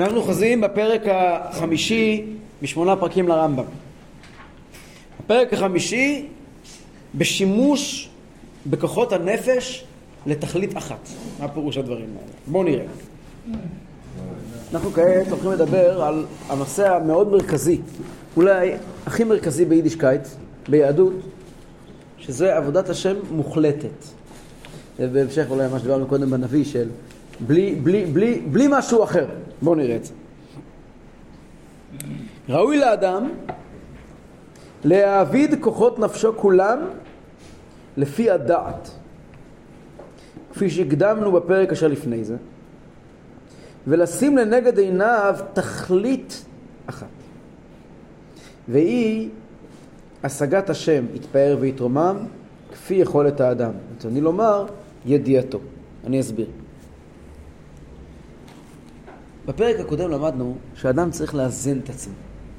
אנחנו חוזרים בפרק החמישי משמונה פרקים לרמב"ם. הפרק החמישי בשימוש בכוחות הנפש לתכלית אחת. מה פירוש הדברים האלה? בואו נראה. אנחנו כעת הולכים לדבר על הנושא המאוד מרכזי, אולי הכי מרכזי ביידישקייט, ביהדות, שזה עבודת השם מוחלטת. ובהמשך אולי מה שדיברנו קודם בנביא של בלי משהו אחר. בואו נראה את זה. ראוי לאדם להעביד כוחות נפשו כולם לפי הדעת, כפי שהקדמנו בפרק אשר לפני זה, ולשים לנגד עיניו תכלית אחת, והיא השגת השם יתפאר ויתרומם כפי יכולת האדם. אני לומר ידיעתו. אני אסביר. בפרק הקודם למדנו שאדם צריך לאזן את עצמו.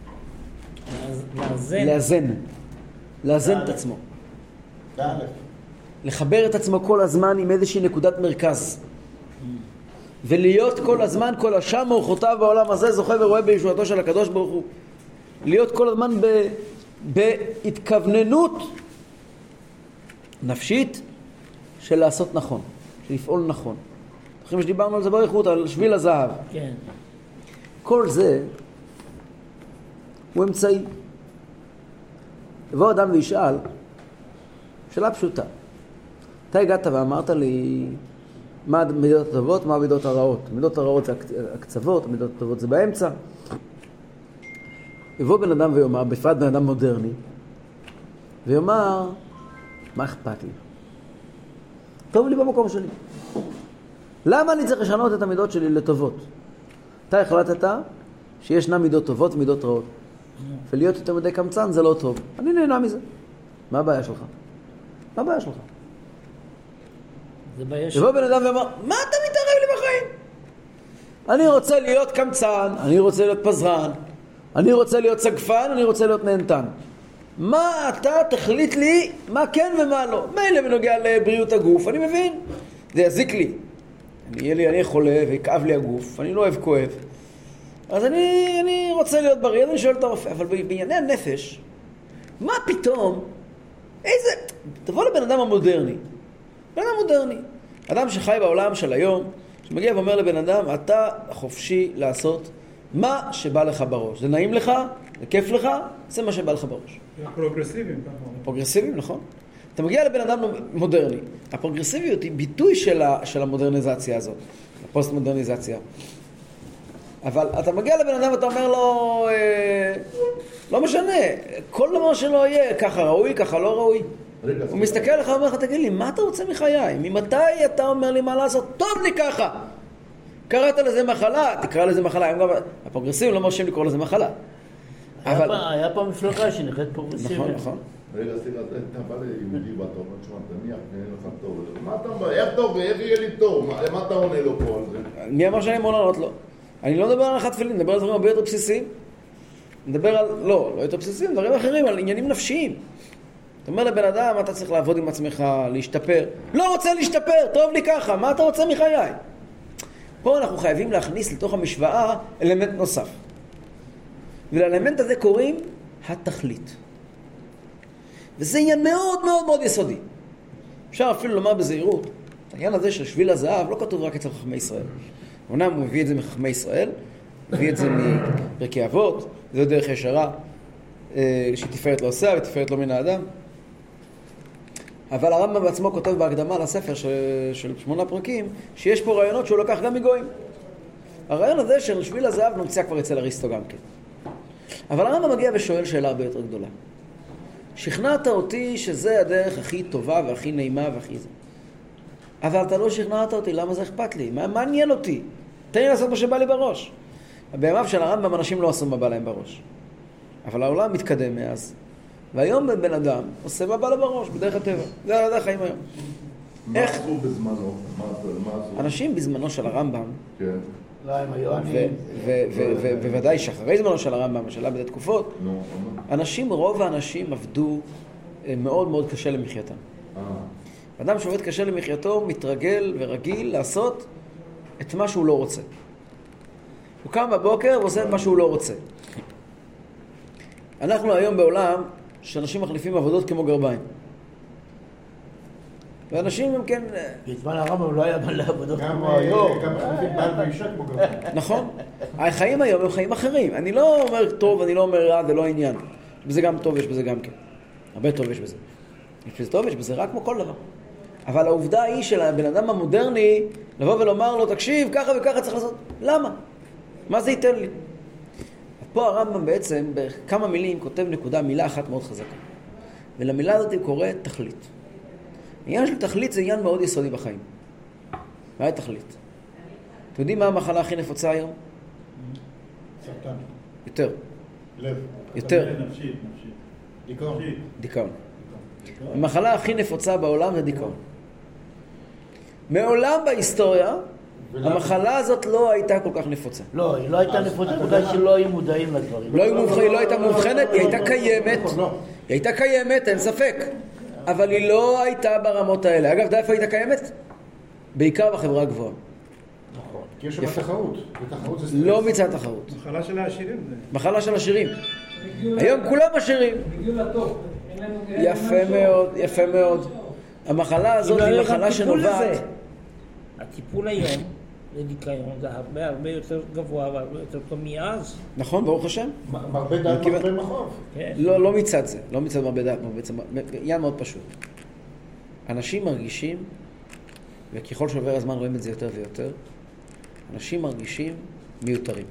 לאזן את עצמו. לחבר את עצמו כל הזמן עם איזושהי נקודת מרכז. ולהיות כל הזמן, כל השם אורחותיו בעולם הזה זוכה ורואה בישועתו של הקדוש ברוך הוא. להיות כל הזמן בהתכווננות נפשית של לעשות נכון, של לפעול נכון. אחרי שדיברנו על זה באריכות, על שביל הזהב. כן. כל זה הוא אמצעי. יבוא אדם וישאל, שאלה פשוטה. אתה הגעת ואמרת לי, מה המידות הטובות, מה המידות הרעות? המידות הרעות זה הקצוות, המידות הטובות זה באמצע. יבוא בן אדם ויאמר, בפרט בן אדם מודרני, ויאמר, מה אכפת לי? טוב לי במקום שלי. למה אני צריך לשנות את המידות שלי לטובות? אתה החלטת שישנה מידות טובות ומידות רעות. ולהיות יותר מדי קמצן זה לא טוב. אני נהנה מזה. מה הבעיה שלך? מה הבעיה שלך? זה בעיה שלך. יבוא בן אדם ואומר, מה אתה מתערב לי בחיים? אני רוצה להיות קמצן, אני רוצה להיות פזרן, אני רוצה להיות סגפן, אני רוצה להיות נהנתן. מה אתה תחליט לי מה כן ומה לא? מילא בנוגע לבריאות הגוף, אני מבין. זה יזיק לי. אני חולה ויקעב לי הגוף, אני לא אוהב כואב. אז אני רוצה להיות בריא, אני שואל את הרופא. אבל בענייני הנפש, מה פתאום? תבוא לבן אדם המודרני. בן אדם מודרני. אדם שחי בעולם של היום, שמגיע ואומר לבן אדם, אתה חופשי לעשות מה שבא לך בראש. זה נעים לך, זה כיף לך, זה מה שבא לך בראש. פרוגרסיביים. פרוגרסיביים, נכון. אתה מגיע לבן אדם מודרני. הפרוגרסיביות היא ביטוי של המודרניזציה הזאת, הפוסט-מודרניזציה. אבל אתה מגיע לבן אדם ואתה אומר לו, לא משנה, כל דבר שלא יהיה, ככה ראוי, ככה לא ראוי. הוא מסתכל עליך ואומר לך, תגיד לי, מה אתה רוצה מחיי? ממתי אתה אומר לי מה לעשות? טוב לי ככה. קראת לזה מחלה, תקרא לזה מחלה. הפרוגרסיבים לא מרשים לקרוא לזה מחלה. היה פעם מפלגה שנקראת פרוגרסיבית. נכון, נכון. רגע, סליחה, אתה בא ליהודי ואתה אומר, תשמע, תניח, נהיה לך טוב. מה אתה אומר? איך טוב? איך יהיה לי טוב? מה אתה עונה לו פה על זה? מי אמר שאני אמור לענות לו? אני לא מדבר על אחת תפילין, מדבר על דברים הרבה יותר בסיסיים. מדבר על, לא יותר בסיסיים, דברים אחרים, על עניינים נפשיים. אתה אומר לבן אדם, אתה צריך לעבוד עם עצמך, להשתפר. לא רוצה להשתפר, טוב לי ככה, מה אתה רוצה מחיי? פה אנחנו חייבים להכניס לתוך המשוואה אלמנט נוסף. ולאלמנט הזה קוראים התכלית. וזה עניין מאוד מאוד מאוד יסודי. אפשר אפילו לומר בזהירות, העניין הזה של שביל הזהב לא כתוב רק אצל חכמי ישראל. אומנם הוא הביא את זה מחכמי ישראל, הביא את זה מפרקי אבות, זה דרך ישרה, שתפארת לא עושה ותפארת לא מן האדם. אבל הרמב"ם בעצמו כותב בהקדמה לספר של 8 פרקים, שיש פה רעיונות שהוא לקח גם מגויים. הרעיון הזה של שביל הזהב נמצא כבר אצל אריסטו גם כן. אבל הרמב"ם מגיע ושואל שאלה הרבה יותר גדולה. שכנעת אותי שזה הדרך הכי טובה והכי נעימה והכי זה. אבל אתה לא שכנעת אותי, למה זה אכפת לי? מה עניין אותי? תן לי לעשות מה שבא לי בראש. בימיו של הרמב"ם אנשים לא עשו מה בא להם בראש. אבל העולם מתקדם מאז. והיום בן אדם עושה מה בא לו בראש, בדרך הטבע. זה החיים היום. מה עשו בזמנו? אנשים בזמנו של הרמב"ם, כן. לא, הם היו עניים. ובוודאי שאחרי זמנו של הרמב"ם, השאלה בדי תקופות, רוב האנשים עבדו מאוד מאוד קשה למחייתם. אדם שעובד קשה למחייתו מתרגל ורגיל לעשות את מה שהוא לא רוצה. הוא קם בבוקר ועושה מה שהוא לא רוצה. אנחנו היום בעולם שאנשים מחליפים עבודות כמו גרביים. ואנשים הם כן... בזמן הרמב"ם לא היה מלא עבודות כמו היום. גם מחליפים בעל ואישה כמו גרביים. נכון. החיים היום הם חיים אחרים. אני לא אומר טוב, אני לא אומר רע, זה לא עניין. בזה גם טוב, יש בזה גם כן. הרבה טוב יש בזה. יש בזה טוב, יש בזה רע כמו כל דבר. אבל העובדה היא של הבן אדם המודרני לבוא ולומר לו, תקשיב, ככה וככה צריך לעשות. למה? מה זה ייתן לי? פה הרמב"ם בעצם בכמה מילים כותב מילה אחת מאוד חזקה. ולמילה הזאת הוא קורא תכלית. העניין של תכלית זה עניין מאוד יסודי בחיים. מה היא תכלית? אתם יודעים מה המחלה הכי נפוצה היום? סרטן. יותר. לב. יותר. נפשית. דיכאון. דיכאון. המחלה הכי נפוצה בעולם זה דיכאון. מעולם בהיסטוריה המחלה הזאת לא הייתה כל כך נפוצה. לא, היא לא הייתה נפוצה בגלל שלא היו מודעים לדברים. היא לא הייתה מאובחנת, היא הייתה קיימת. היא הייתה קיימת, אין ספק. אבל היא לא הייתה ברמות האלה. אגב, איפה הייתה קיימת? בעיקר בחברה הגבוהה. נכון. כי יש שם תחרות. ותחרות זה סטרס. לא מצד תחרות. מחלה של העשירים. מחלה של עשירים. היום כולם עשירים. יפה מאוד, יפה מאוד. המחלה הזאת היא מחלה שנובעת. הטיפול היום לדיכאון זה הרבה יותר גבוה והרבה יותר טוב מאז. נכון, ברוך השם. מרבה דעת מרבה מחוב. לא מצד זה, לא מצד מרבה דעת, עניין מאוד פשוט. אנשים מרגישים, וככל שעובר הזמן רואים את זה יותר ויותר, אנשים מרגישים מיותרים.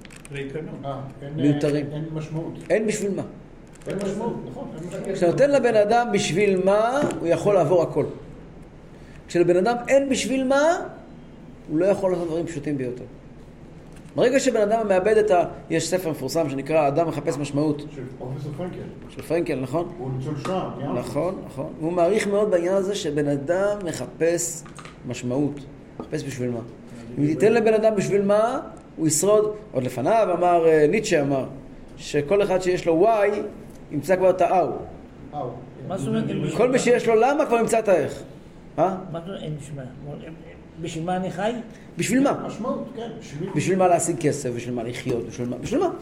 מיותרים. אין משמעות. אין בשביל מה. אין משמעות, נכון. כשאתה נותן לבן אדם בשביל מה, הוא יכול לעבור הכל. כשלבן אדם אין בשביל מה, הוא לא יכול לעשות דברים פשוטים ביותר. ברגע שבן אדם מאבד יש ספר מפורסם שנקרא האדם מחפש משמעות. של פרופסור פרנקל. של פרנקל, נכון? הוא ניצול שואה. נכון, נכון. הוא מעריך מאוד בעניין הזה שבן אדם מחפש משמעות. מחפש בשביל מה. אם תיתן לבן אדם בשביל מה, הוא ישרוד. עוד לפניו אמר, ניטשה אמר, שכל אחד שיש לו Y, ימצא כבר את ה-R. מה זאת אומרת? כל מי שיש לו למה כבר ימצא את האיך. מה זאת אומרת? בשביל מה אני חי? בשביל מה? משמעות, כן. בשביל מה להשיג כסף, בשביל מה לחיות, בשביל מה?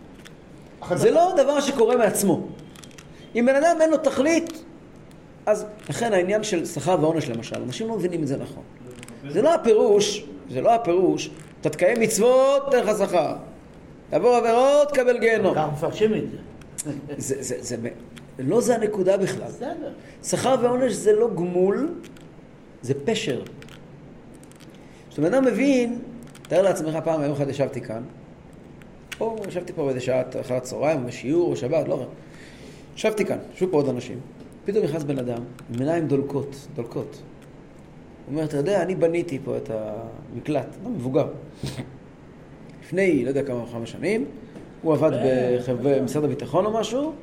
זה לא דבר שקורה מעצמו. אם בן אדם אין לו תכלית, אז לכן העניין של שכר ועונש למשל, אנשים לא מבינים את זה נכון. זה לא הפירוש, אתה תקיים מצוות, תן לך שכר. תעבור עבירות, קבל גיהנום. כך מפרשים את זה. לא זה הנקודה בכלל. שכר ועונש זה לא גמול, זה פשר. כשאתה בן אדם מבין, תאר לעצמך פעם, היום אחד ישבתי כאן, או ישבתי פה באיזה שעה אחר הצהריים, בשיעור או שבת, לא. ישבתי כאן, ישבו פה עוד אנשים. פתאום נכנס בן אדם, עם עיניים דולקות. הוא אומר, אתה יודע, אני בניתי פה את המקלט, מבוגר. לפני, לא יודע כמה שנים, הוא עבד במשרד הביטחון או משהו,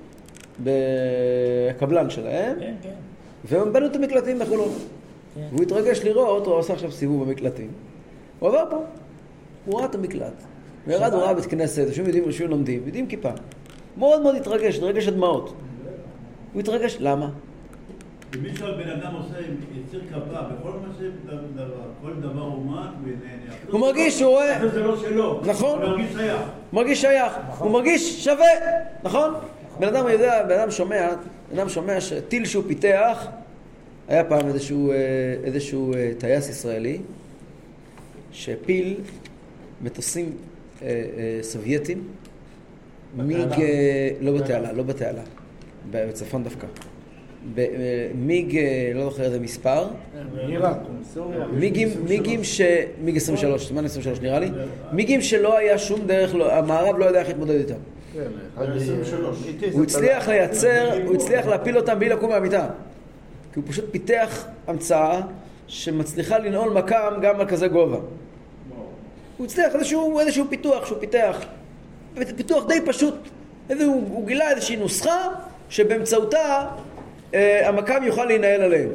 בקבלן שלהם, והם בנו את המקלטים בחולון. והוא התרגש לראות, הוא עושה עכשיו סיבוב במקלטים. הוא עבר פה, הוא ראה את המקלט. וירד, הוא ראה בית כנסת, אנשים לומדים, יודעים כיפה. מאוד מאוד התרגש עד דמעות. הוא התרגש, למה? ומי שהבן אדם עושה יציר כפה, בכל מה דבר, כל דבר אומן, הוא מרגיש, הוא רואה. זה לא שלו. נכון. הוא מרגיש שייך. מרגיש שייך. הוא מרגיש שווה. נכון? בן אדם יודע, בן אדם שומע שטיל שהוא פיתח, היה פעם איזשהו טייס ישראלי, שהפיל מטוסים סובייטים, לא בתעלה, בצפון דווקא. מיג, לא זוכר איזה מספר. מיג 23, סימן 23 נראה לי. מיגים שלא היה שום דרך, המערב לא יודע איך להתמודד איתם. הוא הצליח להפיל אותם בלי לקום מהמיטה. כי הוא פשוט פיתח המצאה שמצליחה לנעול מקם גם על כזה גובה. הוא הצליח איזשהו פיתוח שהוא פיתח. פיתוח די פשוט. הוא גילה איזושהי נוסחה שבאמצעותה המקם יוכל להינעל עליהם.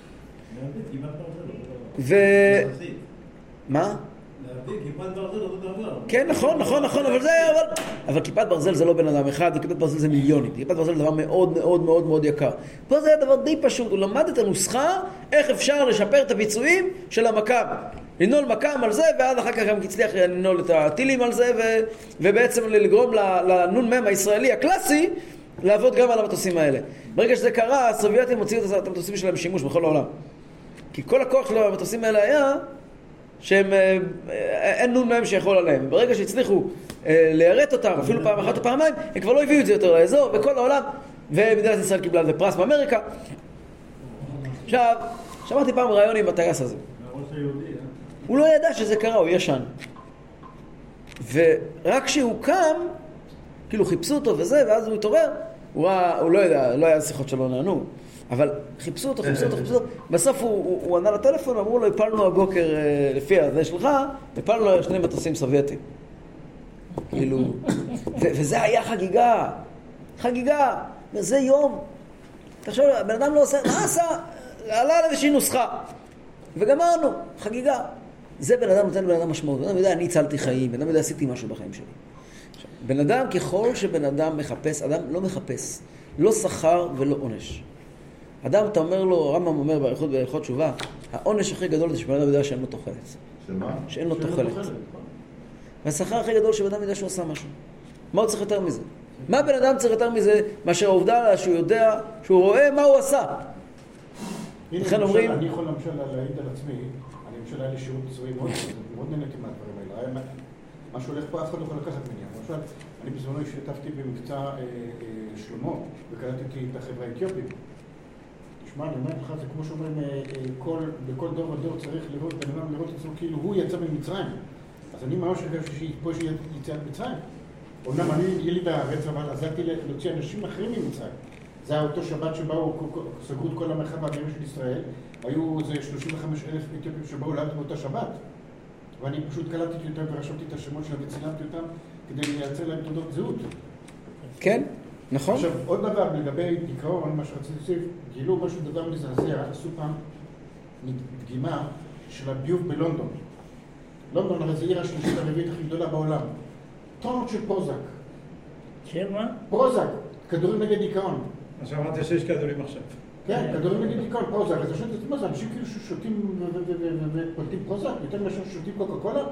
מה? כיפת ברזל אותו דבר. כן, נכון, אבל כיפת ברזל זה לא בן אדם אחד, וכיפת ברזל זה מיליונים. כיפת ברזל זה דבר מאוד מאוד מאוד מאוד יקר. פה זה היה דבר די פשוט, הוא למד את הנוסחה, איך אפשר לשפר את הביצועים של המקם. לנעול מקם על זה, ואז אחר כך גם הצליח לנעול את הטילים על זה, ובעצם לגרום לנון מם הישראלי הקלאסי, לעבוד גם על המטוסים האלה. ברגע שזה קרה, הסובייטים הוציאו את המטוסים שלהם שימוש בכל העולם. כי כל הכוח של המטוסים האלה היה, אין נון מם שיכול עליהם. ברגע שהצליחו ליירט אותם, אפילו פעם אחת או פעמיים, הם כבר לא הביאו את זה יותר לאזור, בכל העולם, ומדינת ישראל קיבלה לזה פרס באמריקה. עכשיו, שמעתי פעם רעיון עם הטייס הזה. הוא לא ידע שזה קרה, הוא ישן. ורק כשהוא קם, כאילו חיפשו אותו וזה, ואז הוא התעורר, הוא לא ידע, לא היה שיחות שלא נענו, אבל חיפשו אותו. בסוף הוא ענה לטלפון, אמרו לו, הפלנו הבוקר, לפי הזה שלך, הפלנו 2 מטוסים סובייטים. כאילו, וזה היה חגיגה, וזה יום. תחשוב, הבן אדם לא עושה, מה עשה? עלה על איזושהי נוסחה. וגמרנו, חגיגה. זה בן אדם נותן לבן אדם משמעות. בן אדם יודע, אני הצלתי חיים, בן אדם יודע, עשיתי משהו בחיים שלי. בן אדם, ככל שבן אדם מחפש, אדם לא מחפש, לא שכר ולא עונש. אדם, אתה אומר לו, הרמב"ם אומר בהלכות תשובה, העונש הכי גדול זה שבן אדם יודע שאין לו תוחלת. שמה? שאין לו תוחלת. והשכר הכי גדול שבן אדם יודע שהוא עשה משהו. מה הוא צריך יותר מזה? מה בן אדם צריך יותר מזה מאשר העובדה שהוא יודע, שהוא רואה מה הוא עשה? לכן אומרים... אני יכול למשל להעיד על עצמי, אני למשל היה לי שירות צבאי מאוד נהניתי מהדברים האלה. מה שהולך פה אף אחד לא יכול לקחת ממני. למשל, אני בזמנו השתתפתי במבצע שלמה, וקלטתי את החברה האתיופית. תשמע, אני אומר לך, זה כמו שאומרים, בכל דור ודור צריך לראות, בן אדם לראות עצמו כאילו הוא יצא ממצרים. אז אני ממש חושב שפה שיצא ממצרים. אומנם אני יליד הארץ, אבל עזרתי להוציא אנשים אחרים ממצרים. זה היה אותו שבת שבאו, סגרו את כל המרחב האווירי של ישראל, היו איזה 35,000 אתיופים שבאו לארץ באותה שבת. ואני פשוט קלטתי אותם ורשמתי את השמות שלהם וצילמתי אותם כדי לייצר להם תעודות זהות. כן, נכון. עכשיו, עוד דבר לגבי דיכאון, מה שרציתי להוסיף, גילו משהו דבר מזעזע, עשו פעם דגימה של הביוב בלונדון. לונדון הרי זה עיר השלישית הרביעית הכי גדולה בעולם. טונות של פרוזק. של מה? פרוזק, כדורים נגד דיכאון. מה שאמרת שיש כדורים עכשיו. כן, כדורים נגד דיכאון, פרוזק. אז השאלה מה זה, אנשים כאילו ששותים ופולטים פרוזק, יותר מאשר שותים קוקה קולה?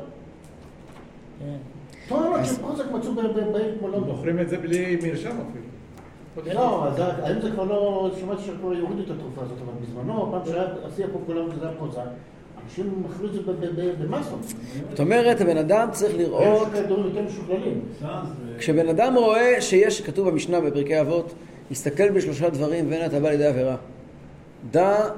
כן. טונות של פרוזק מצאו בעיר כמו לונדון. מוכרים את זה בלי מרשם אפילו. לא, אז היום זה כבר לא, שמעתי שכבר יורידו את התרופה הזאת, אבל בזמנו, פעם שהיה פופולרית שזה היה פרוזק, אנשים מכרו את זה במסות. זאת אומרת, הבן אדם צריך לראות... יש כדורים יותר משוכללים. כשבן אדם רואה שיש, כתוב במשנה בפרקי אבות, יסתכל בשלושה דברים ואין אתה בא לידי עבירה. דע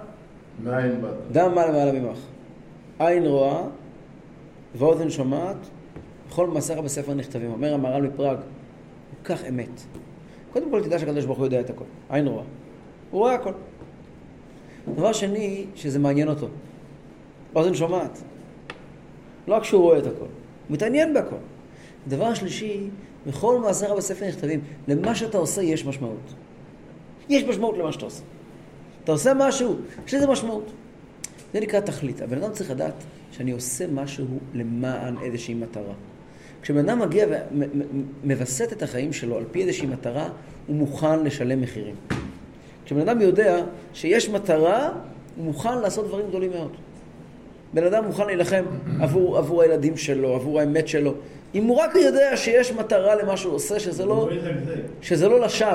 מה למעלה ממך. עין רואה ואוזן שומעת, בכל מעשיך בספר נכתבים. אומר המהר"ל מפראג, הוא כך אמת. קודם כל תדע שהקדוש ברוך הוא יודע את הכל. עין רואה. הוא רואה הכל. דבר שני, שזה מעניין אותו. אוזן שומעת. לא רק שהוא רואה את הכל, הוא מתעניין בהכל. דבר שלישי, בכל מעשיך בספר נכתבים, למה שאתה עושה יש משמעות. יש משמעות למה שאתה עושה. אתה עושה משהו, יש לזה משמעות. זה נקרא תכלית. הבן אדם צריך לדעת שאני עושה משהו למען איזושהי מטרה. כשבן אדם מגיע ומבסט את החיים שלו על פי איזושהי מטרה, הוא מוכן לשלם מחירים. כשבן אדם יודע שיש מטרה, הוא מוכן לעשות דברים גדולים מאוד. בן אדם מוכן להילחם עבור הילדים שלו, עבור האמת שלו. אם הוא רק יודע שיש מטרה למה שהוא עושה, שזה לא לשווא.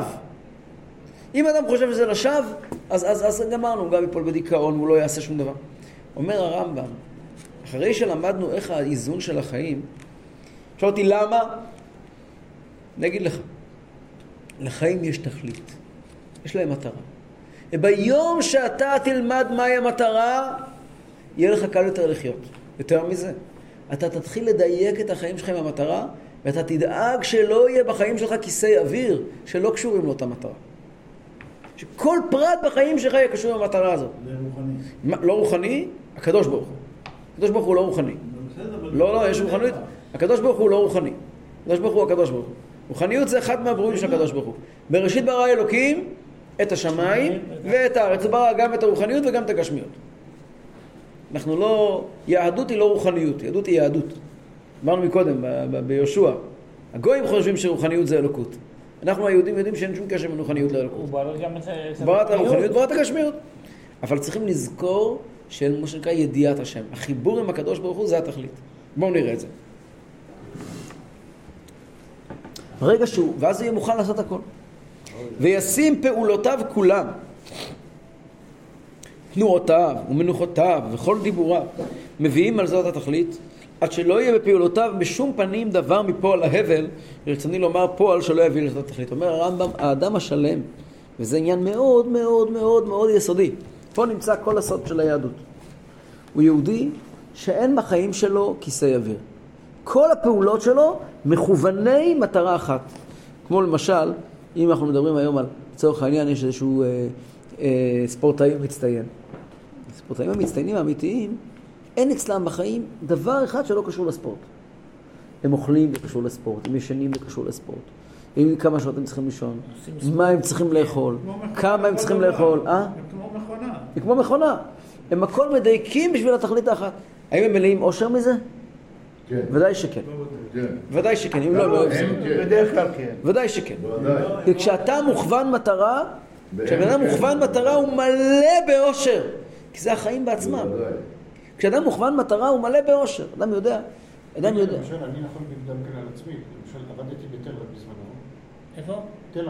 אם אדם חושב שזה לשווא, אז גמרנו, הוא גם ייפול בדיכאון, הוא לא יעשה שום דבר. אומר הרמב"ם, אחרי שלמדנו איך האיזון של החיים, שאל אותי למה? נגיד לך, לחיים יש תכלית, יש להם מטרה. וביום שאתה תלמד מהי המטרה, יהיה לך קל יותר לחיות. יותר מזה, אתה תתחיל לדייק את החיים שלך עם המטרה, ואתה תדאג שלא יהיה בחיים שלך כיסי אוויר שלא קשורים לאותה מטרה. שכל פרט בחיים שלך יהיה קשור עם המטרה הזאת. זה רוחני. לא רוחני? הקדוש ברוך הוא. הקדוש ברוך הוא לא רוחני. לא, יש רוחניות. הקדוש ברוך הוא לא רוחני. הקדוש ברוך הוא הקדוש ברוך הוא. רוחניות זה אחד מהברואים של הקדוש ברוך הוא. בראשית ברא אלוקים את השמיים ואת הארץ. הוא ברא גם את הרוחניות וגם את הגשמיות. אנחנו לא... יהדות היא לא רוחניות, יהדות היא יהדות. אמרנו מקודם, ביהושע. הגויים חושבים שרוחניות זה אלוקות. אנחנו היהודים יודעים שאין שום קשר בין רוחניות לאלוקות. הוא ברא גם את ברא את הרוחניות, ברא את הגשמיות. אבל צריכים לזכור של מה שנקרא ידיעת השם. החיבור עם הקדוש ברוך הוא זה התכלית. בואו נראה את זה. ברגע שהוא, ואז הוא יהיה מוכן לעשות הכל. וישים פעולותיו כולם, תנועותיו ומנוחותיו וכל דיבוריו, מביאים על זאת התכלית, עד שלא יהיה בפעולותיו בשום פנים דבר מפועל ההבל, רצוני לומר פועל שלא יביא לזאת התכלית. אומר הרמב"ם, האדם השלם, וזה עניין מאוד מאוד מאוד מאוד יסודי. פה נמצא כל הסוד של היהדות. הוא יהודי שאין בחיים שלו כיסא אוויר. כל הפעולות שלו מכווני מטרה אחת. כמו למשל, אם אנחנו מדברים היום על, לצורך העניין, יש איזשהו ספורטאי מצטיין. הספורטאים המצטיינים האמיתיים, אין אצלם בחיים דבר אחד שלא קשור לספורט. הם אוכלים וקשור לספורט, הם ישנים וקשור לספורט. כמה שעות הם צריכים לישון, מה הם צריכים לאכול, כמה הם צריכים לאכול. הם כמו מכונה. הם כמו מכונה. הם הכל מדייקים בשביל התכלית האחת. האם הם מלאים אושר מזה? כן. ודאי שכן. ודאי שכן, אם לא... בדרך כלל כן. ודאי שכן. כי כשאתה מוכוון מטרה, כשאדם מוכוון מטרה הוא מלא באושר. כי זה החיים בעצמם. כשאדם מוכוון מטרה הוא מלא באושר. אדם יודע. אדם יודע. למשל, אני יכול להגיד גם כן על עצמי. למשל, עבדתי בתל-רב בזמנו. איפה? תל-רב.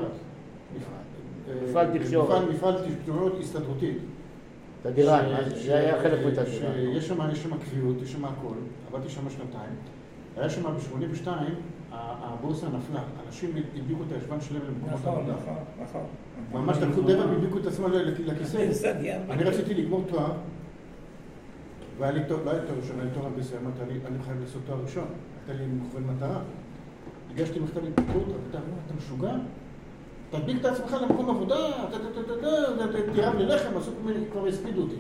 מפעל תקשורת. מפעל תקשורת הסתדרותית. תדירה, זה היה חלק מתדירה. יש שם קביעות, יש שם הכל. עבדתי שם שנתיים. היה שם ב-82, הבורסה נפלה. אנשים הדביקו את הישבן שלהם למקומות עבודה. נכון. ממש תלכו דבר והדביקו את עצמם לכיסא. אני רציתי לגמור תואר, והיה לי תואר, לא היה תואר ראשון, היה לי תואר הנדסי, אמרתי, אני חייב לעשות תואר ראשון. הייתה לי מכוון מטרה. הגשתי מכתב להתפטרות, אתה משוגע? תדביק את עצמך למקום עבודה, תירם לי לחם, עשו כבר הספידו אותי.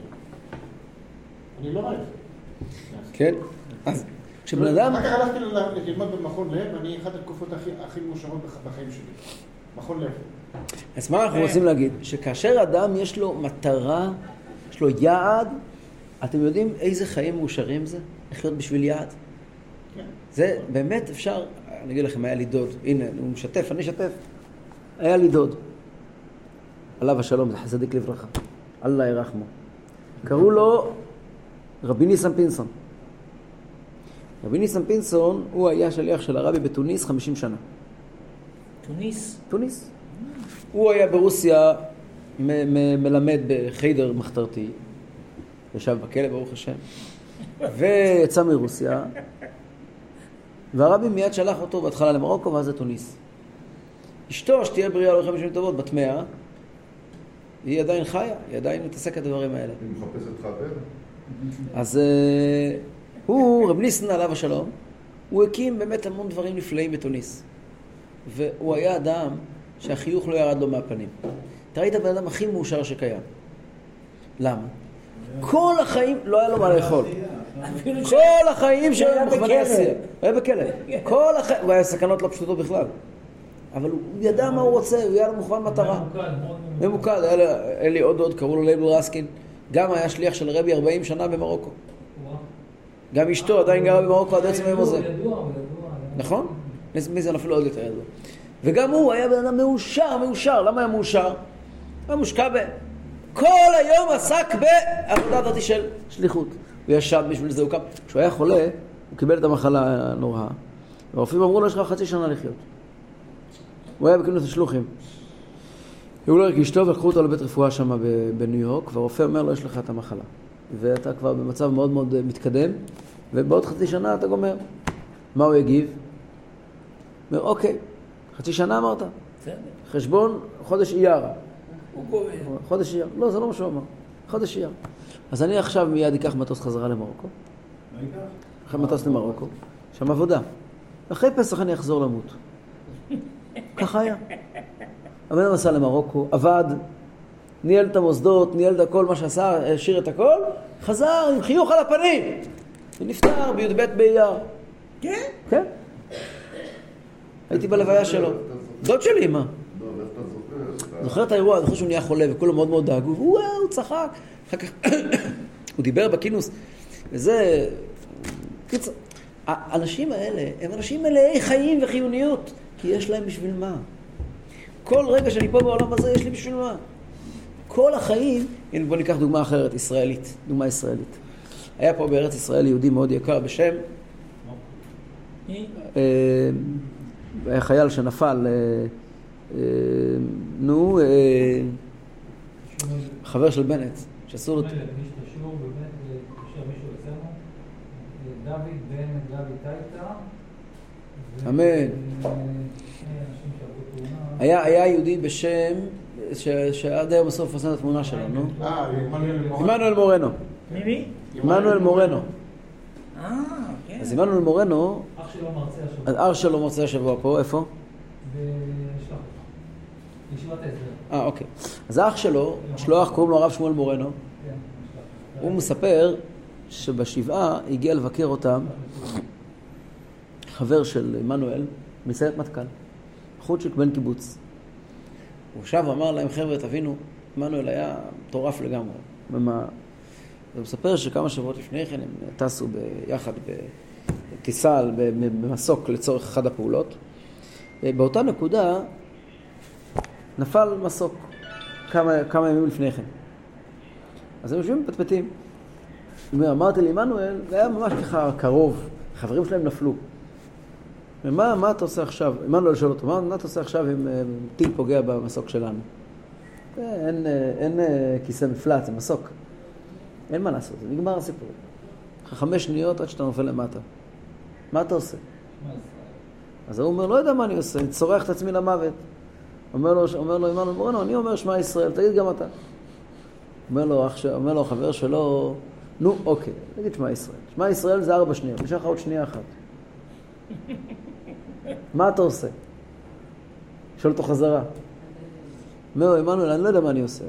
אני לא רעב. כן? אז כשבן אדם... אחר כך הלכתי ללמוד במכון לב, ואני אחת התקופות הכי מאושרות בחיים שלי. מכון לב. אז מה אנחנו רוצים להגיד? שכאשר אדם יש לו מטרה, יש לו יעד, אתם יודעים איזה חיים מאושרים זה? לחיות בשביל יעד? כן. זה באמת אפשר, אני אגיד לכם, היה לי דוד, הנה, הוא משתף, אני אשתף. היה לי דוד, עליו השלום, זה צדיק לברכה, אללה ירחמו. קראו לו רבי ניסן פינסון. רבי ניסן פינסון הוא היה שליח של הרבי בתוניס 50 שנה. תוניס? תוניס. הוא היה ברוסיה מלמד בחיידר מחתרתי, ישב בכלא ברוך השם, ויצא מרוסיה, והרבי מיד שלח אותו בהתחלה למרוקו ואז לתוניס. אשתו, שתהיה בריאה לא 50 טובות, בת 100, היא עדיין חיה, היא עדיין מתעסקת בדברים האלה. היא מחפשת חבר? אז הוא, רב ניסן עליו השלום, הוא הקים באמת המון דברים נפלאים בתוניס. והוא היה אדם שהחיוך לא ירד לו מהפנים. אתה ראית בן אדם הכי מאושר שקיים. למה? כל החיים לא היה לו מה לאכול. כל החיים שלו מוכווני עשייה. הוא היה בכלא. כל החיים, הוא היה סכנות לא פשוטות בכלל. אבל הוא ידע מה הוא רוצה, הוא היה לו מוכוון מטרה. ממוקד. היה לי עוד קראו לו לייבל רסקין. גם היה שליח של רבי 40 שנה במרוקו. גם אשתו עדיין גרה במרוקו עד עצם היום הזה. נכון? מי זה נפלו עוד יותר ידוע. וגם הוא היה בן אדם מאושר. למה היה מאושר? היה מושקע כל היום עסק בעבודה הזאת של שליחות. הוא ישב בשביל זה, הוא קם. כשהוא היה חולה, הוא קיבל את המחלה הנוראה. והרופאים אמרו לו, יש לך חצי שנה לחיות. הוא היה בכינוס השלוחים. הוא לא הרגיש טוב, לקחו אותו לבית רפואה שם בניו יורק, והרופא אומר לו, יש לך את המחלה. ואתה כבר במצב מאוד מאוד מתקדם, ובעוד חצי שנה אתה גומר. מה הוא יגיב? אומר, אוקיי, חצי שנה אמרת? חשבון חודש אייר. חודש אייר. לא, זה לא מה שהוא אמר. חודש אייר. אז אני עכשיו מיד אקח מטוס חזרה למרוקו. מה ייקח? אחרי מטוס למרוקו. שם עבודה. אחרי פסח אני אחזור למות. ככה היה. הבן אדם עשה למרוקו, עבד, ניהל את המוסדות, ניהל את הכל מה שעשה, השאיר את הכל, חזר עם חיוך על הפנים. ונפטר בי"ב באייר. כן? כן. הייתי בלוויה שלו. דוד שלי, מה? זוכר את האירוע, זוכר שהוא נהיה חולה וכולם מאוד מאוד דאגו, הוא צחק. אחר כך הוא דיבר בכינוס, וזה... קיצר, האנשים האלה הם אנשים מלאי חיים וחיוניות, כי יש להם בשביל מה? כל רגע שאני פה בעולם הזה יש לי בשביל מה? כל החיים, הנה בוא ניקח דוגמה אחרת, ישראלית, דוגמה ישראלית. היה פה בארץ ישראל יהודי מאוד יקר בשם, היה חייל שנפל, חבר של בנט, שאסור לו... דוד בן דוד טייטה. אמן. היה יהודי בשם, שעד היום בסוף עושה את התמונה שלו, נו? עמנואל מורנו. מי? עמנואל מורנו. כן. אז עמנואל מורנו, אח שלו מרצה השבוע. אח שלו מרצה השבוע פה, איפה? בשלח. ישיבת ההסדר. אוקיי. אז האח שלו, שלוח, קוראים לו הרב שמואל מורנו. הוא מספר שבשבעה הגיע לבקר אותם חבר של עמנואל, מסיירת מטכ"ל, חודשיק בן קיבוץ. הוא שב ואמר להם, חבר'ה, תבינו, עמנואל היה מטורף לגמרי. הוא מספר שכמה שבועות לפני כן הם טסו ביחד בטיסה, במסוק לצורך אחד הפעולות. באותה נקודה נפל מסוק כמה ימים לפני כן. אז הם יושבים פטפטים. אמרתי לעמנואל, זה היה ממש ככה קרוב, חברים שלהם נפלו. מה אתה עושה עכשיו? עמנואל שואל אותו, מה אתה עושה עכשיו אם טיל פוגע במסוק שלנו? אין כיסא מפלט, זה מסוק. אין מה לעשות, זה נגמר הסיפור. 5 שניות עד שאתה נופל למטה. מה אתה עושה? אז הוא אומר, לא יודע מה אני עושה, אני צורח את עצמי למוות. אומר לו עמנואל מורנו, אני אומר שמע ישראל, תגיד גם אתה. אומר לו החבר שלו, נו, אוקיי, תגיד שמע ישראל. שמע ישראל זה 4 שניות, נשאר לך עוד שנייה אחת. מה אתה עושה? שואל אותו חזרה. אומר לו, עמנואל, אני לא יודע מה אני עושה.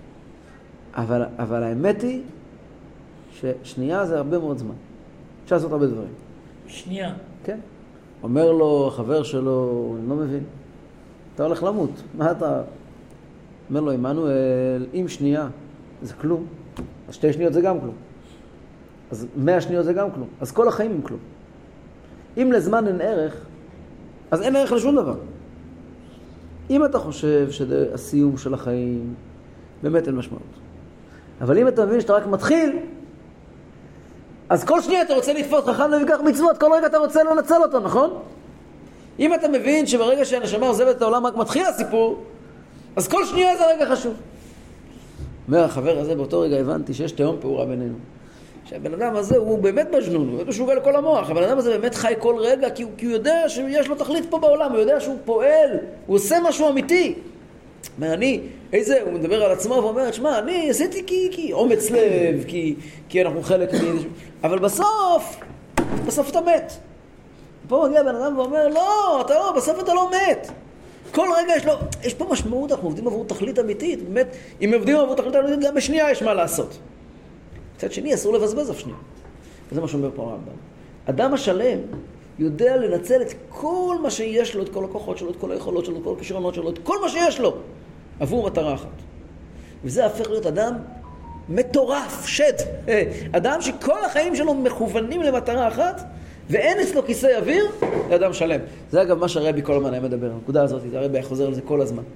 אבל האמת היא ששנייה זה הרבה מאוד זמן. אפשר לעשות הרבה דברים. שנייה. כן. אומר לו החבר שלו, אני לא מבין. אתה הולך למות. מה אתה... אומר לו, עמנואל, אם שנייה זה כלום, אז 2 שניות זה גם כלום. אז 100 שניות זה גם כלום. אז כל החיים הם כלום. אם לזמן אין ערך, אז אין ערך לשום דבר. אם אתה חושב שזה הסיום של החיים, באמת אין משמעות. אבל אם אתה מבין שאתה רק מתחיל, אז כל שנייה אתה רוצה לתפוס חכם לויקח מצוות, כל רגע אתה רוצה לנצל אותו, נכון? אם אתה מבין שברגע שהנשמה עוזבת את העולם רק מתחיל הסיפור, אז כל שנייה זה רגע חשוב. אומר החבר הזה, באותו רגע הבנתי שיש תהום פעורה בינינו. שהבן אדם הזה הוא באמת מג'נון, הוא משוגע לכל המוח. הבן אדם הזה באמת חי כל רגע, כי הוא יודע שיש לו תכלית פה בעולם, הוא יודע שהוא פועל, הוא עושה משהו אמיתי. אומר, הוא מדבר על עצמו ואומר, שמע, אני עשיתי כי אומץ לב, כי אנחנו חלק מאיזשהו... אבל בסוף אתה מת. פה מגיע בן אדם ואומר, לא, בסוף אתה לא מת. כל רגע יש פה משמעות, אנחנו עובדים עבור תכלית אמיתית. באמת, אם עובדים עבור תכלית אמיתית, גם בשנייה יש מה לעשות. מצד שני, אסור לבזבז אף שנייה. וזה מה שאומר פה הרמב"ם. אדם השלם יודע לנצל את כל מה שיש לו, את כל הכוחות שלו, את כל היכולות שלו, את כל הכישרונות שלו, את כל מה שיש לו, עבור מטרה אחת. וזה הפך להיות אדם מטורף, אדם שכל החיים שלו מכוונים למטרה אחת, ואין אצלו כיסא אוויר, זה אדם שלם. זה אגב מה שהרבי כל הזמן היה מדבר, הנקודה הזאת, הרבי חוזר לזה כל הזמן.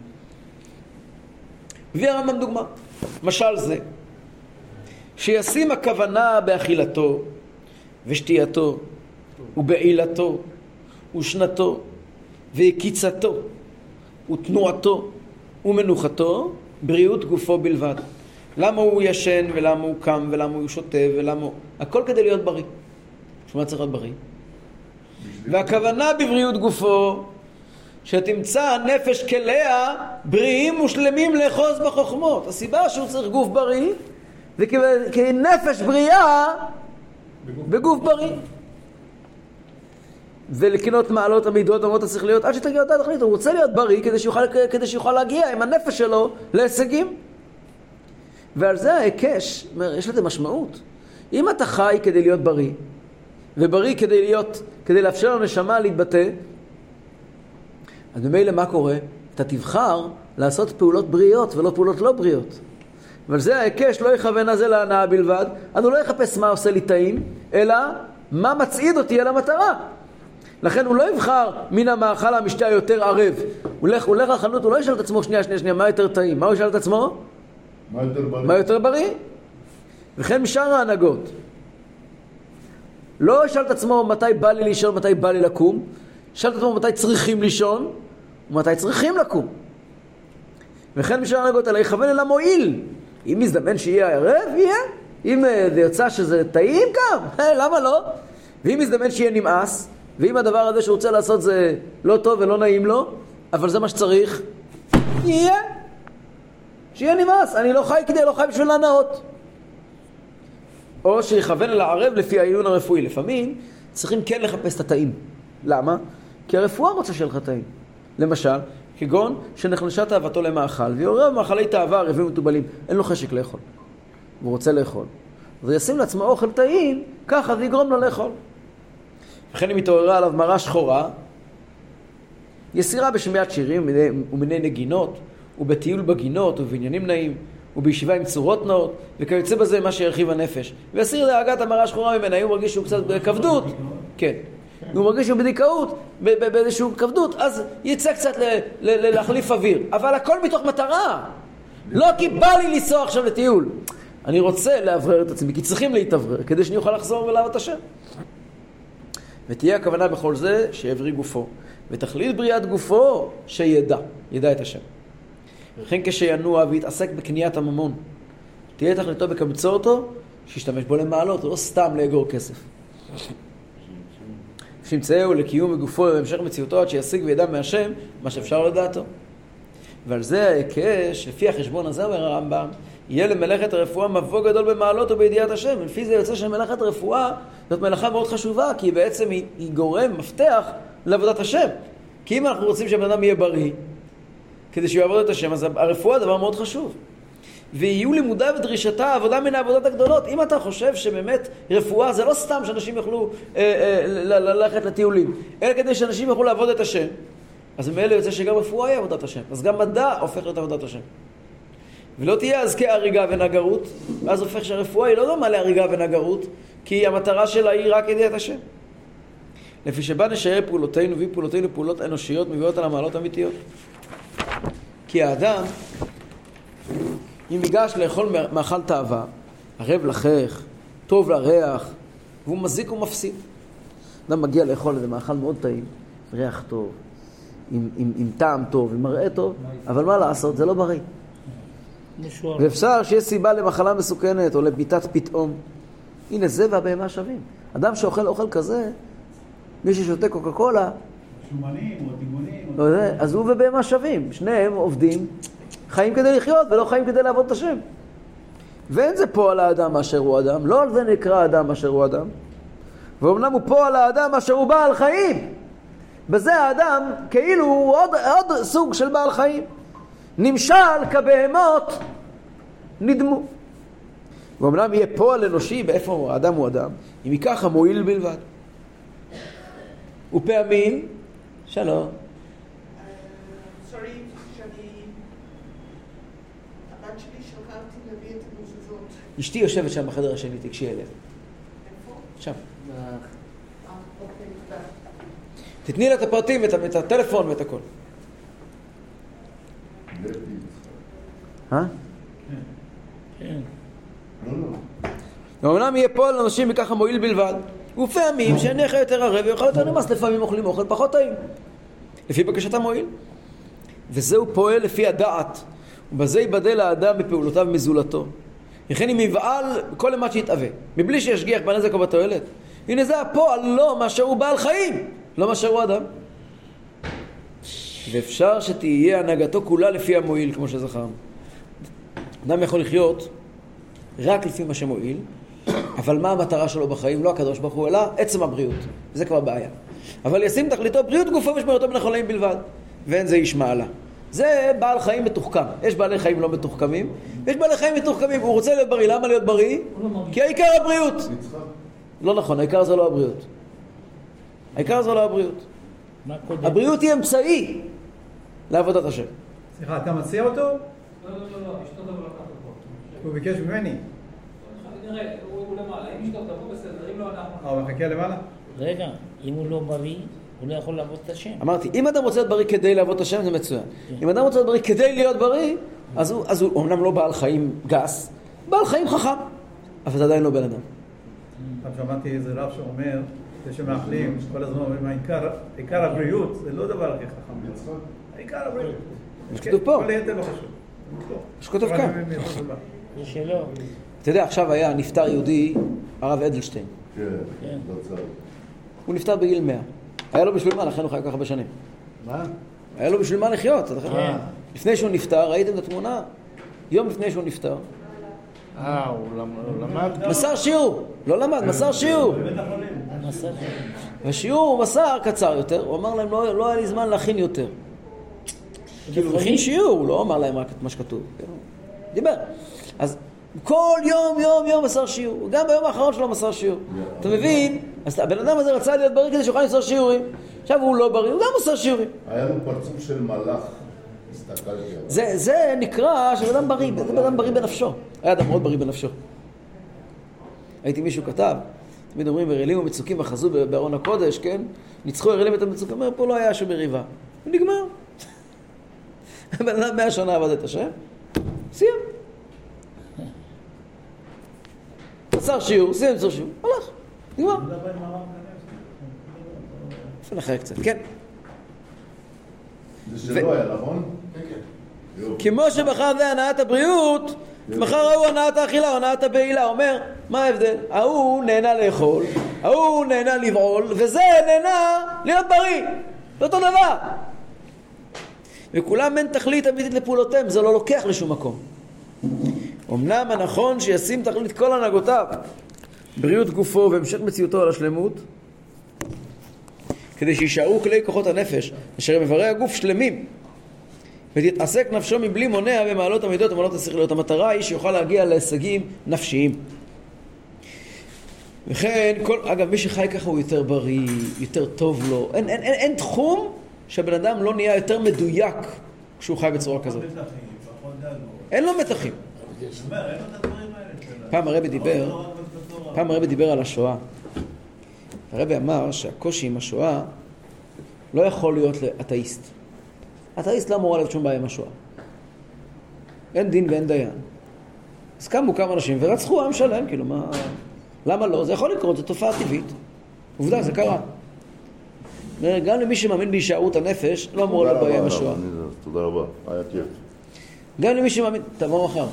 הביא הרמב"ם דוגמה, משל זה, שישים הכוונה באכילתו ושתייתו ובעילתו ושנתו והקיצתו ותנועתו ומנוחתו בריאות גופו בלבד. למה הוא ישן ולמה הוא קם ולמה הוא שותה ולמה הוא... הכל כדי להיות בריא. שמה צריך להיות בריא? והכוונה בבריאות גופו שתמצא הנפש כליה בריאים ושלמים לאחוז בחוכמות. הסיבה שהוא צריך גוף בריא וכי נפש בריאה בגוף בריא. ולקינות מעלות המידות אמרות צריך להיות עד שתגיע אותה תכלית. הוא רוצה להיות בריא כדי שיוכל להגיע עם הנפש שלו להישגים. ועל זה ההיקש, יש לזה משמעות. אם אתה חי כדי להיות בריא, ובריא כדי לאפשר לנשמה להתבטא, אז במילא מה קורה? אתה תבחר לעשות פעולות בריאות ולא פעולות לא בריאות. אבל זה ההיקש, לא יכוון הזה להנאה בלבד, אז הוא לא יחפש מה עושה לי טעים, אלא מה מצעיד אותי על המטרה. לכן הוא לא יבחר מן המאכל המשתה יותר ערב. הוא הולך לחנות, הוא לא ישאל את עצמו שנייה, מה יותר טעים? מה הוא ישאל את עצמו? מה יותר בריא? וכן משאר ההנהגות. לא שאל את עצמו מתי בא לי לישון, מתי בא לי לקום. שאל את עצמו מתי צריכים לישון, ומתי צריכים לקום. וכן משאר ההנהגות האלה יכוון אל המועיל. אם מזדמן שיהיה הערב, יהיה. אם זה יוצא שזה טעים גם, למה לא? ואם מזדמן שיהיה נמאס, ואם הדבר הזה שהוא רוצה לעשות זה לא טוב ולא נעים לו, אבל זה מה שצריך, יהיה. שיהיה נמאס. אני לא חי כדי, לא חי בשביל להנאות. או שיכוון אל הערב לפי העיון הרפואי. לפעמים צריכים כן לחפש את התאים. למה? כי הרפואה רוצה שיהיה לך תאים. למשל, כגון שנחלשה תאוותו למאכל, ויורא במאכלי תאווה ערבים ומטובלים. אין לו חשק לאכול. הוא רוצה לאכול. אז הוא ישים לעצמו אוכל טעים, ככה זה יגרום לו לאכול. וכן אם התעוררה עליו מרה שחורה, יסירה בשמיעת שירים ומיני נגינות, ובטיול בגינות ובעניינים נעים, ובישיבה עם צורות נאות, וכיוצא בזה מה שירחיב הנפש. ויסיר דאגת המרה שחורה ממנה, אם הוא מרגיש שהוא קצת בכבדות, כן. אם הוא מרגיש שהוא בדיכאות, באיזשהו כבדות, אז יצא קצת להחליף אוויר. אבל הכל מתוך מטרה. לא כי בא לי לנסוע עכשיו לטיול. אני רוצה להברר את עצמי, כי צריכים להתאברר, כדי שאני אוכל לחזור ולעבוד את השם. ותהיה הכוונה בכל זה שיבריא גופו. ותכלית בריאת גופו שידע את השם. וכן כשינוע ויתעסק בקניית הממון. תהיה תכליתו בקמצור אותו, שישתמש בו למעלות, לא סתם לאגור כסף. שימצאהו לקיום בגופו ובהמשך מציאותו עד שישיג וידע מהשם מה שאפשר לדעתו. ועל זה ההיקש, לפי החשבון הזה אומר הרמב"ם, יהיה למלאכת הרפואה מבוא גדול במעלות ובידיעת השם. ולפי זה יוצא שמלאכת הרפואה זאת מלאכה מאוד חשובה, כי בעצם היא גורם, מפתח לעבודת השם. כי אם אנחנו רוצים שבן אדם יהיה בריא, כדי שהוא יעבוד את השם, אז הרפואה דבר מאוד חשוב. ויהיו לימודה ודרישתה עבודה מן העבודות הגדולות. אם אתה חושב שבאמת רפואה זה לא סתם שאנשים יוכלו ללכת לטיולים, אלא כדי שאנשים יוכלו לעבוד את השם, אז מאלה יוצא שגם רפואה היא עבודת השם. אז גם מדע הופך להיות עבודת השם. ולא תהיה אז כהריגה ונגרות, אז הופך שהרפואה היא לא דומה להריגה ונגרות, כי המטרה שלה היא רק ידיעת השם. לפי שבה נשאר פעולותינו, פעולותינו פעולות אנושיות מביאות על המעלות אמיתיות. כי האדם, אם ייגש לאכול מאכל תאווה, ערב לחך, טוב לריח, והוא מזיק ומפסיד. אדם מגיע לאכול איזה מאכל מאוד טעים, ריח טוב, עם טעם טוב, עם מראה טוב, אבל מה לעשות? זה לא בריא. ואפשר שיש סיבה למחלה מסוכנת או לביטת פתאום. הנה זה והבהמה שווים. אדם שאוכל אוכל כזה, מי ששותה קוקה קולה, שומנים או טיגונים, אז הוא ובהמה שווים. שניהם עובדים, חיים כדי לחיות ולא חיים כדי לעבוד את השם. ואין זה פועל האדם אשר הוא אדם. לא על זה נקרא אדם אשר הוא אדם. ואומנם הוא פועל האדם אשר הוא בעל חיים. בזה האדם כאילו הוא עוד סוג של בעל חיים. נמשל כבהמות נדמו. ואומנם יהיה פועל אנושי באיפה האדם הוא אדם, אם ייקח המועיל בלבד. ופעמים, שלום. שאני הבת שלי שלחה אותי להביא את המזוזות. אשתי יושבת שם בחדר השני, תקשי אליה. איפה? שם. אוקיי, תודה. תתני לה את הפרטים, את הטלפון ואת הכל. כן. ואומנם יהיה פועל אנשים וככה מועיל בלבד. ופעמים שהניחה יותר ערב ויוכל יותר נמאס, לפעמים אוכלים אוכל פחות טעים. לפי בקשת המועיל. וזהו פועל לפי הדעת. ובזה ייבדל האדם בפעולותיו מזולתו. לכן אם יבעל כל מה שיתאווה, מבלי שישגיח בנזק או בתועלת. הנה זה הפועל לא מה שהוא בעל חיים, לא מה שהוא אדם. ואפשר שתהיה הנהגתו כולה לפי המועיל, כמו שזכרנו. אדם יכול לחיות רק לפי מה שמועיל, אבל מה המטרה שלו בחיים? לא הקדוש ברוך הוא, אלא עצם הבריאות. זה כבר בעיה. אבל ישים תכליתו בריאות גופו ושמירתו מן החולאים בלבד. ואין זה איש מעלה. זה בעל חיים מתוחכם. יש בעלי חיים לא מתוחכמים, יש בעלי חיים מתוחכמים. הוא רוצה להיות בריא. למה להיות בריא? כי העיקר הבריאות. לא נכון, העיקר זה לא הבריאות. העיקר זה לא הבריאות. הבריאות היא אמצעי לעבודת השם. סליחה, אתה מציע אותו? לא, אשתו תבוא לקחת אותו. הוא ביקש ממני. נראה, הוא למעלה, אם אשתו תבוא בסדר, אם לא אנחנו... הוא מחכה למעלה? רגע, אם הוא לא בריא, הוא לא יכול לעבוד את השם. אמרתי, אם אדם רוצה להיות בריא כדי לעבוד את השם, זה מצוין. אם אדם רוצה להיות בריא כדי להיות בריא, אז הוא אומנם לא בעל חיים גס, בעל חיים חכם, אבל זה עדיין לא בן אדם. שמעתי איזה רב שאומר, זה שמאכלים, כל הזמן אומרים, עיקר הבריאות, זה לא דבר הכי חכם. עיקר הבריאות. מה שכתוב פה. כל היתר לא חשוב. מה שכתוב כאן. זה שלא. אתה יודע, עכשיו היה נפטר יהודי, הרב אדלשטיין. כן, לא צריך. הוא נפטר בגיל 100. היה לו בשביל מה, לכן הוא חי ככה בשנים. מה? היה לו בשביל מה לחיות. לפני שהוא נפטר, ראיתם את התמונה? יום לפני שהוא נפטר. הוא למד? מסר שיעור. לא למד, מסר שיעור. והשיעור הוא מסר קצר יותר. הוא אמר להם, לא היה לי זמן להכין יותר. כאילו, הוא הכין שיעור, הוא לא אמר להם רק את מה שכתוב. דיבר. אז כל יום מסר שיעור. גם ביום האחרון שלו מסר שיעור. אתה מבין? אז הבן אדם הזה רצה להיות בריא כדי שיוכל למסור שיעורים. עכשיו הוא לא בריא, הוא גם מסר שיעורים. היה לו פרצוף של מלאך. זה נקרא שבן אדם בריא, זה בן אדם בריא בנפשו. היה אדם מאוד בריא בנפשו. הייתי מישהו כתב, תמיד אומרים, הראלים ומצוקים אחזו בארון הקודש, כן? ניצחו הראלים את המצוקים, אומר, פה לא היה שום מריבה. הוא נגמר. הבן אדם 100 שנה עבד את השם, סיים. מסר שיעור, סיים מסר שיעור, הלך, נגמר. אפשר לחייך קצת, כן. זה שלא היה, נכון? כמו שבחר זה הנעת הבריאות, מחר הוא הנעת האכילה, הנעת הבעילה. אומר, מה ההבדל? ההוא נהנה לאכול, ההוא נהנה לבעול, וזה נהנה להיות בריא. זה אותו דבר. וכולם אין תכלית אמיתית לפעולותיהם, זה לא לוקח לשום מקום. אמנם הנכון שישים תכלית כל הנהגותיו, בריאות גופו והמשך מציאותו על השלמות, כדי שישארו כלי כוחות הנפש, אשר הם איברי הגוף שלמים, ותתעסק נפשו מבלי מונע במעלות המידות ומעלות השכליות. המטרה היא שיוכל להגיע להישגים נפשיים. וכן, אגב, מי שחי ככה הוא יותר בריא, יותר טוב לו. אין תחום שהבן אדם לא נהיה יותר מדויק כשהוא חי בצורה כזאת. אין לו מתחים. פעם הרבי דיבר על השואה. הרבי אמר שהקושי עם השואה לא יכול להיות לאתאיסט. אתאיסט לא אמורה להיות שום בעיה עם השואה. אין דין ואין דיין. אז קמו כמה אנשים ורצחו עם שלם, כאילו מה... למה לא? זה יכול לקרות, זו תופעה טבעית. עובדה, זה קרה. גם למי שמאמין בהישארות הנפש, לא אמורה להיות בעיה עם השואה. תודה רבה, היה כיף. גם למי שמאמין... תבוא מחר.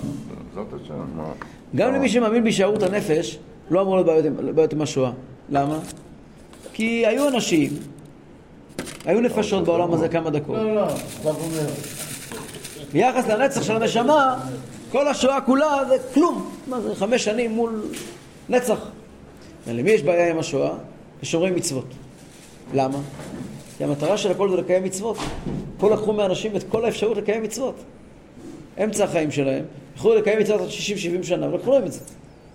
גם למי שמאמין בהישארות הנפש, לא אמורה להיות בעיות עם השואה. למה? כי היו אנשים, היו נפשות בעולם הזה כמה דקות. לא, כבר אומר. ביחס לנצח של הנשמה, כל השואה כולה זה כלום. מה זה, 5 שנים מול נצח. ולמי יש בעיה עם השואה? לשומרי מצוות. למה? כי המטרה של הכל זה לקיים מצוות. פה לקחו מאנשים את כל האפשרות לקיים מצוות. אמצע החיים שלהם, יכולו לקיים מצוות עד 60-70 שנה, ולקחו להם את זה.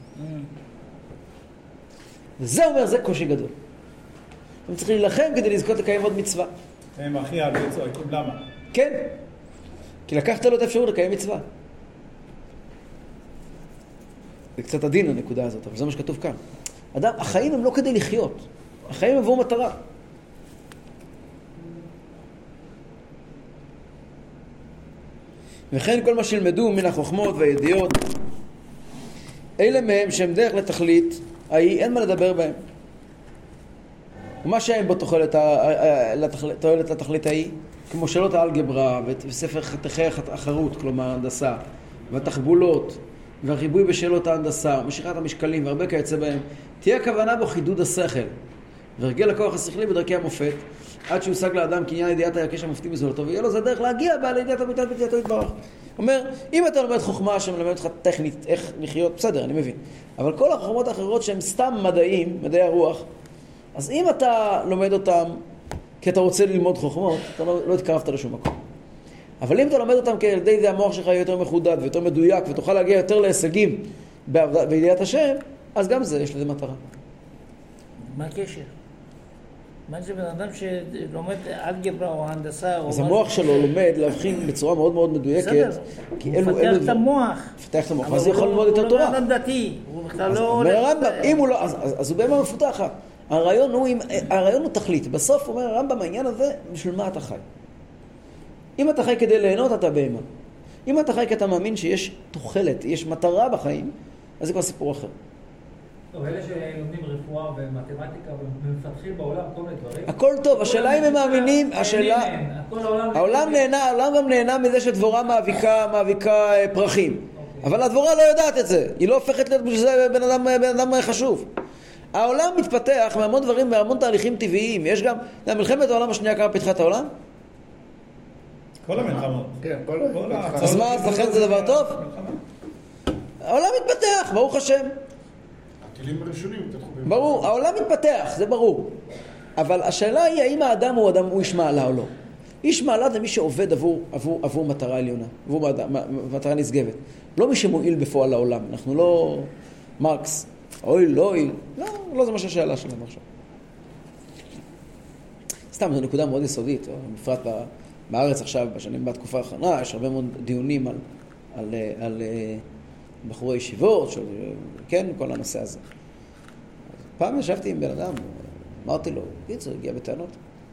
וזה אומר, זה קושי גדול. הם צריכים להילחם כדי לזכות לקיים עוד מצווה. הם הכי הרבה צועקים, למה? כן, כי לקחת לו את האפשרות לקיים מצווה. זה קצת עדין הנקודה הזאת, אבל זה מה שכתוב כאן. אדם, החיים הם לא כדי לחיות, החיים הם עבור מטרה. וכן כל מה שילמדו מן החוכמות והידיעות, אלה מהם שהם דרך לתכלית, אין מה לדבר בהם. ומה שהם בו תועלת לתכלית ההיא, כמו שאלות האלגברה וספר חתכי החרות, כלומר הנדסה, והתחבולות, והריבוי בשאלות ההנדסה, ומשיכת המשקלים, והרבה כיוצא בהם, תהיה הכוונה בו חידוד השכל, והרגל הכוח השכלי בדרכי המופת, עד שיושג לאדם קניין ידיעת הירקש המופתי מזולתו, ויהיה לו זה דרך להגיע בה לידיעת אמיתת בידיעתו יתברך. אומר, אם אתה לומד חוכמה שמלמד אותך טכנית איך לחיות, בסדר, אני מבין. אבל כל החוכמות האחרות שהן סתם מדעים, מדעי הרוח, אז אם אתה לומד אותם כי אתה רוצה ללמוד חוכמות, אתה לא התקרבת לשום מקום. אבל אם אתה לומד אותם כי על ידי זה המוח שלך יהיה יותר מחודד ויותר מדויק, ותוכל להגיע יותר להישגים בידיעת השם, אז גם זה יש לזה מטרה. מה הקשר? מה זה בן אדם שלומד אלגברה או הנדסה או... אז המוח שלו לומד להבחין בצורה מאוד מאוד מדויקת. הוא מפתח את המוח. מפתח את המוח, אז הוא יכול ללמוד יותר תורה. הוא לא אדם דתי, הוא בכלל לא... אומר הרמב"ם, אם הוא לא... אז הוא בהמה מפותחת. הרעיון הוא תכלית. בסוף אומר הרמב"ם, העניין הזה, בשביל מה אתה חי? אם אתה חי כדי ליהנות, אתה בהמה. אם אתה חי כי אתה מאמין שיש תוחלת, יש מטרה בחיים, אז זה כבר סיפור אחר. טוב, אלה שלומדים רפואה ומתמטיקה ומפתחים בעולם כל מיני דברים. הכל טוב, השאלה אם הם מאמינים, העולם גם נהנה מזה שדבורה מאביקה פרחים. אבל הדבורה לא יודעת את זה, היא לא הופכת להיות בשביל זה בן אדם חשוב. העולם מתפתח מהמון דברים, מהמון תהליכים טבעיים. יש גם, מלחמת העולם השנייה כמה פיתחה את העולם? כל המלחמות. כן, אז מה, אז לכן זה דבר טוב? העולם מתפתח, ברוך השם. הטילים הראשונים התפתחו. ברור, העולם מתפתח, זה ברור. אבל השאלה היא, האם האדם הוא איש מעלה או לא? איש מעלה זה מי שעובד עבור מטרה עליונה, עבור מטרה נשגבת. לא מי שמועיל בפועל לעולם. אנחנו לא מרקס. אוי, לא אוי. לא זה מה שהשאלה שלנו עכשיו. סתם, זו נקודה מאוד יסודית. בפרט בארץ עכשיו, בתקופה האחרונה, יש הרבה מאוד דיונים על בחורי ישיבות, כן, כל הנושא הזה. פעם ישבתי עם בן אדם, אמרתי לו, קיצור, הגיע בטענות.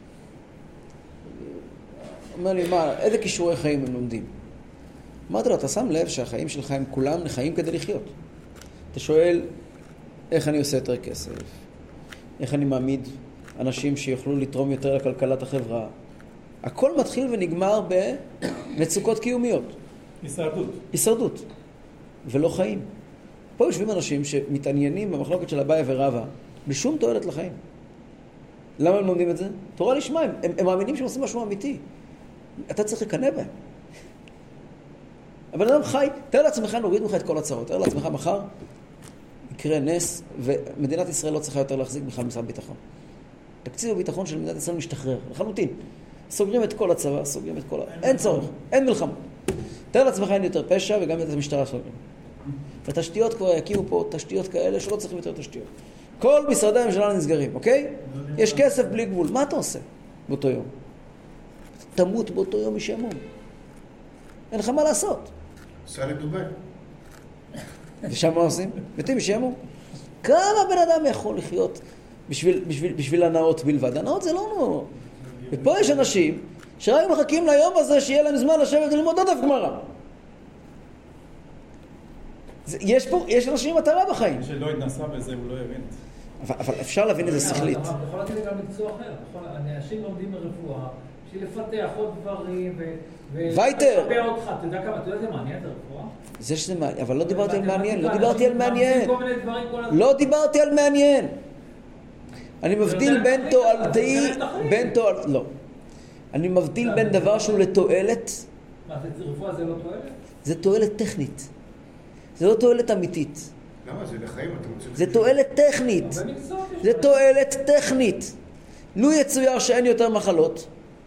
אומר לי, מה, איזה כישורי חיים הם לומדים? אמרתי לו, אתה שם לב שהחיים שלך הם כולם לחיים כדי לחיות. אתה שואל, איך אני עושה יותר כסף? איך אני מעמיד אנשים שיוכלו לתרום יותר לכלכלת החברה? הכל מתחיל ונגמר במצוקות קיומיות. הישרדות. ולא חיים. פה יושבים אנשים שמתעניינים במחלוקת של אביי ורבא, בלי שום תועלת לחיים. למה הם לומדים את זה? תורה לשמה, הם מאמינים שהם עושים משהו אמיתי. אתה צריך לקנא בהם. אבל אדם חי, תאר לעצמך, נוריד ממך את כל הצרות. תאר לעצמך מחר, יקרה נס, ומדינת ישראל לא צריכה יותר להחזיק בכלל משרד ביטחון. תקציב הביטחון של מדינת ישראל משתחרר, לחלוטין. סוגרים את כל הצבא, סוגרים את כל... אין צורך, אין מלחמה. תאר לעצמך אין יותר פשע, וגם את המשטרה סוגרים. ותשתיות כבר יקימו פה תשתיות כאלה שלא צריכים יותר תשתיות. כל משרדי הממשלה נסגרים, אוקיי? יש כסף בלי גבול. מה אתה עושה באותו יום? תמות באותו יום משעמום. אין לך מה לעשות. סע לדוביי. ושם מה עושים? מתים משעמום. כמה בן אדם יכול לחיות בשביל הנאות בלבד? הנאות זה לא נאות. ופה יש אנשים שרק מחכים ליום הזה שיהיה להם זמן לשבת וללמוד עוד דף גמרא. יש אנשים מטרה בחיים. מי שלא התנסה בזה הוא לא יבין. אבל אפשר להבין את זה שכלית. אתה יכול להגיד גם מקצוע אחר. אנשים לומדים ברפואה בשביל לפתח עוד דברים וייטר. ולפתח אותך. אתה יודע זה מעניין את הרפואה? זה שזה מעניין, אבל לא דיברתי על מעניין. לא דיברתי על מעניין. אני מבדיל בין תועלתי, לא. אני מבדיל בין דבר שהוא לתועלת. מה, רפואה זה לא תועלת? זה תועלת טכנית. זה לא תועלת אמיתית. למה? זה לחיים, אתה רוצה... זה תועלת טכנית. זה תועלת טכנית. לו יצויר שאין יותר מחלות.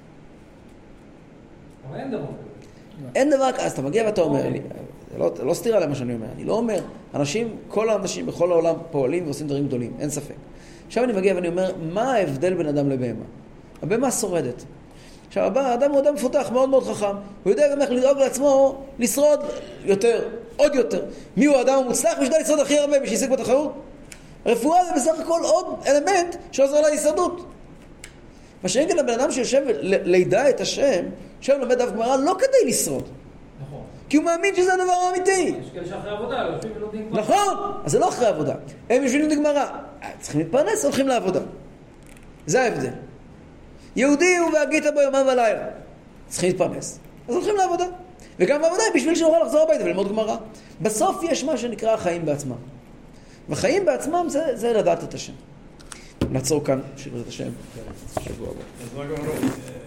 אבל אין דבר. אין דבר, אז אתה מגיע ואתה אומר לי, זה לא סתירה למה שאני אומר, אני לא אומר, כל האנשים בכל העולם פועלים ועושים דברים גדולים, אין ספק. עכשיו אני מגיע ואני אומר, מה ההבדל בין אדם לבהמה? הבהמה שורדת. עכשיו, האדם הוא אדם מפותח, מאוד מאוד חכם, הוא יודע גם איך לדאוג לעצמו, לשרוד יותר, עוד יותר. מי הוא האדם המוצלח? בשביל לשרוד הכי הרבה, בשביל להשיג בתחרות? הרפואה זה בסך הכל עוד אלמנט שעוזר להישרדות. מה שאין כאן לבן אדם שיושב לידע את השם, יושב לומד דף גמרא לא כדי לשרוד. נכון. כי הוא מאמין שזה הדבר האמיתי. יש כאלה שאחרי עבודה, יושבים ולומדים גמרא. נכון, אז זה לא אחרי עבודה. הם יושבים לומדים גמרא. צריכים להתפרנס, הולכים לעבודה. זה ההבדל. יהודי הוא והגית בו יומם ולילה. צריכים להתפרנס. אז הולכים לעבודה. וגם בעבודה בשביל שנוכל לחזור הביתה וללמוד גמרא. בסוף יש מה שנקרא החיים בעצמם. והחיים בעצמם זה לדעת את השם. נעצור כאן, שבעת השם. שבוע הבא.